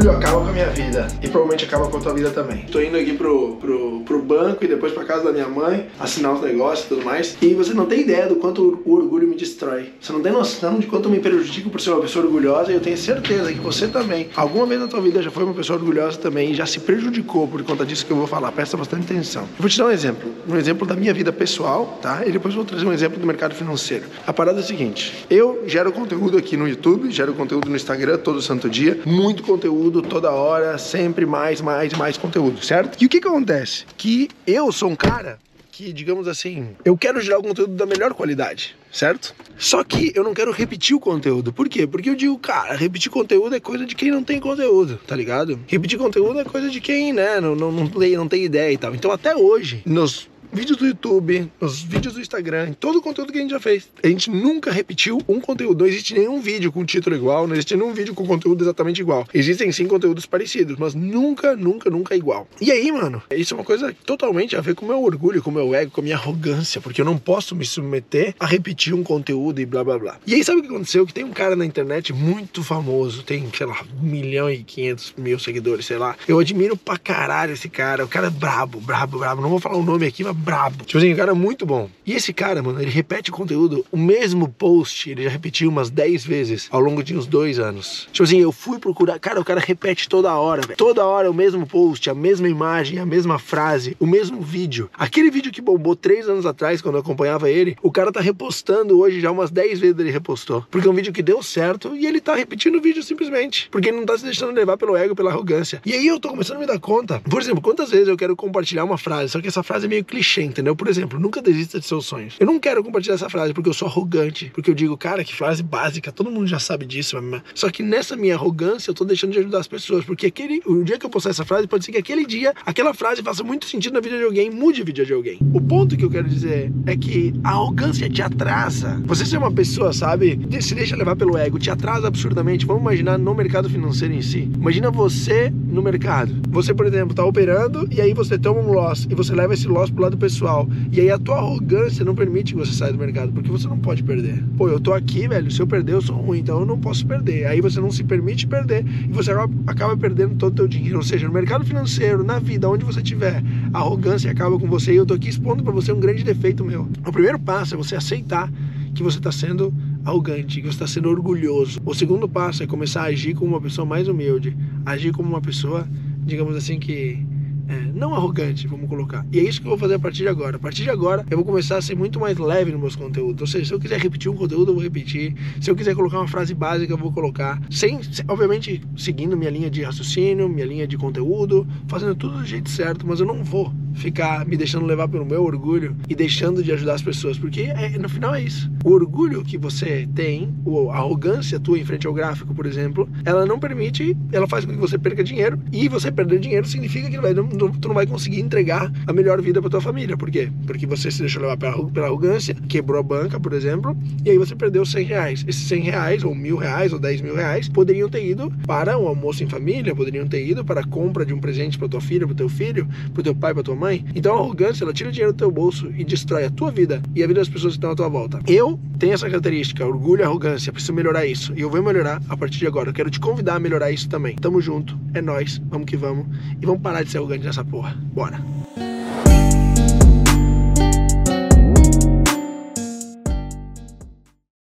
orgulho acaba com a minha vida e provavelmente acaba com a tua vida também. Tô indo aqui pro banco e depois pra casa da minha mãe, assinar os negócios e tudo mais. E você não tem ideia do quanto o orgulho me destrói. Você não tem noção de quanto eu me prejudico por ser uma pessoa orgulhosa, e eu tenho certeza que você também, alguma vez na tua vida já foi uma pessoa orgulhosa também e já se prejudicou por conta disso que eu vou falar. Presta bastante atenção. Eu vou te dar um exemplo da minha vida pessoal, tá? E depois vou trazer um exemplo do mercado financeiro. A parada é a seguinte: eu gero conteúdo aqui no YouTube, gero conteúdo no Instagram todo santo dia, muito conteúdo toda hora, sempre mais conteúdo, certo? E o que acontece? Que eu sou um cara que, digamos assim, eu quero gerar o conteúdo da melhor qualidade, certo? Só que eu não quero repetir o conteúdo. Por quê? Porque eu digo, cara, repetir conteúdo é coisa de quem não tem conteúdo, tá ligado? Repetir conteúdo é coisa de quem, né, não tem ideia e tal. Então até hoje, nos vídeos do YouTube, nos vídeos do Instagram, em todo o conteúdo que a gente já fez, a gente nunca repetiu um conteúdo. Não existe nenhum vídeo com título igual, não existe nenhum vídeo com conteúdo exatamente igual. Existem sim conteúdos parecidos, mas nunca igual. E aí, mano, isso é uma coisa totalmente a ver com o meu orgulho, com o meu ego, com a minha arrogância, porque eu não posso me submeter a repetir um conteúdo e blá blá blá. E aí sabe o que aconteceu? Que tem um cara na internet muito famoso, tem, sei lá, 1.500.000 seguidores, sei lá. Eu admiro pra caralho esse cara, o cara é brabo. Não vou falar o nome aqui, mas brabo. Tipo assim, o cara é muito bom. E esse cara, mano, ele repete o conteúdo, o mesmo post, ele já repetiu umas 10 vezes ao longo de uns 2 anos. Tipo assim, eu fui procurar, cara, o cara repete toda hora, velho. Toda hora o mesmo post, a mesma imagem, a mesma frase, o mesmo vídeo. Aquele vídeo que bombou 3 anos atrás, quando eu acompanhava ele, o cara tá repostando hoje já umas 10 vezes ele repostou. Porque é um vídeo que deu certo e ele tá repetindo o vídeo simplesmente. Porque ele não tá se deixando levar pelo ego, pela arrogância. E aí eu tô começando a me dar conta, por exemplo, quantas vezes eu quero compartilhar uma frase, só que essa frase é meio clichê, entendeu? Por exemplo, nunca desista de seus sonhos. Eu não quero compartilhar essa frase porque eu sou arrogante, porque eu digo, cara, que frase básica, todo mundo já sabe disso, só que nessa minha arrogância eu tô deixando de ajudar as pessoas, porque o dia que eu postar essa frase, pode ser que aquele dia, aquela frase faça muito sentido na vida de alguém, mude a vida de alguém. O ponto que eu quero dizer é que a arrogância te atrasa. Você ser uma pessoa, sabe, se deixa levar pelo ego, te atrasa absurdamente. Vamos imaginar no mercado financeiro em si. Imagina você no mercado. Você, por exemplo, tá operando e aí você toma um loss e você leva esse loss pro lado pessoal. E aí a tua arrogância não permite que você saia do mercado, porque você não pode perder. Pô, eu tô aqui, velho, se eu perder eu sou ruim, então eu não posso perder. Aí você não se permite perder e você acaba perdendo todo o teu dinheiro. Ou seja, no mercado financeiro, na vida, onde você estiver, a arrogância acaba com você. E eu tô aqui expondo pra você um grande defeito meu. O primeiro passo é você aceitar que você tá sendo arrogante, que você está sendo orgulhoso. O segundo passo é começar a agir como uma pessoa mais humilde, agir como uma pessoa, digamos assim, que não arrogante, vamos colocar. E é isso que eu vou fazer a partir de agora. A partir de agora, eu vou começar a ser muito mais leve nos meus conteúdos. Ou seja, se eu quiser repetir um conteúdo, eu vou repetir. Se eu quiser colocar uma frase básica, eu vou colocar. Obviamente, seguindo minha linha de raciocínio, minha linha de conteúdo, fazendo tudo do jeito certo, mas eu não vou ficar me deixando levar pelo meu orgulho e deixando de ajudar as pessoas, porque no final é isso. O orgulho que você tem, a arrogância tua em frente ao gráfico, por exemplo, ela não permite, ela faz com que você perca dinheiro, e você perder dinheiro significa que tu não vai conseguir entregar a melhor vida pra tua família. Por quê? Porque você se deixou levar pela arrogância, quebrou a banca, por exemplo, e aí você perdeu 100 reais. Esses 100 reais, ou 1.000 reais, ou 10 mil reais, poderiam ter ido para um almoço em família, poderiam ter ido para a compra de um presente pra tua filha, pro teu filho, pro teu pai, pra tua mãe. Então a arrogância, ela tira o dinheiro do teu bolso e destrói a tua vida e a vida das pessoas que estão à tua volta. Eu tenho essa característica, orgulho e arrogância, preciso melhorar isso. E eu vou melhorar a partir de agora. Eu quero te convidar a melhorar isso também. Tamo junto, é nóis, vamos que vamos. E vamos parar de ser arrogante nessa porra. Bora!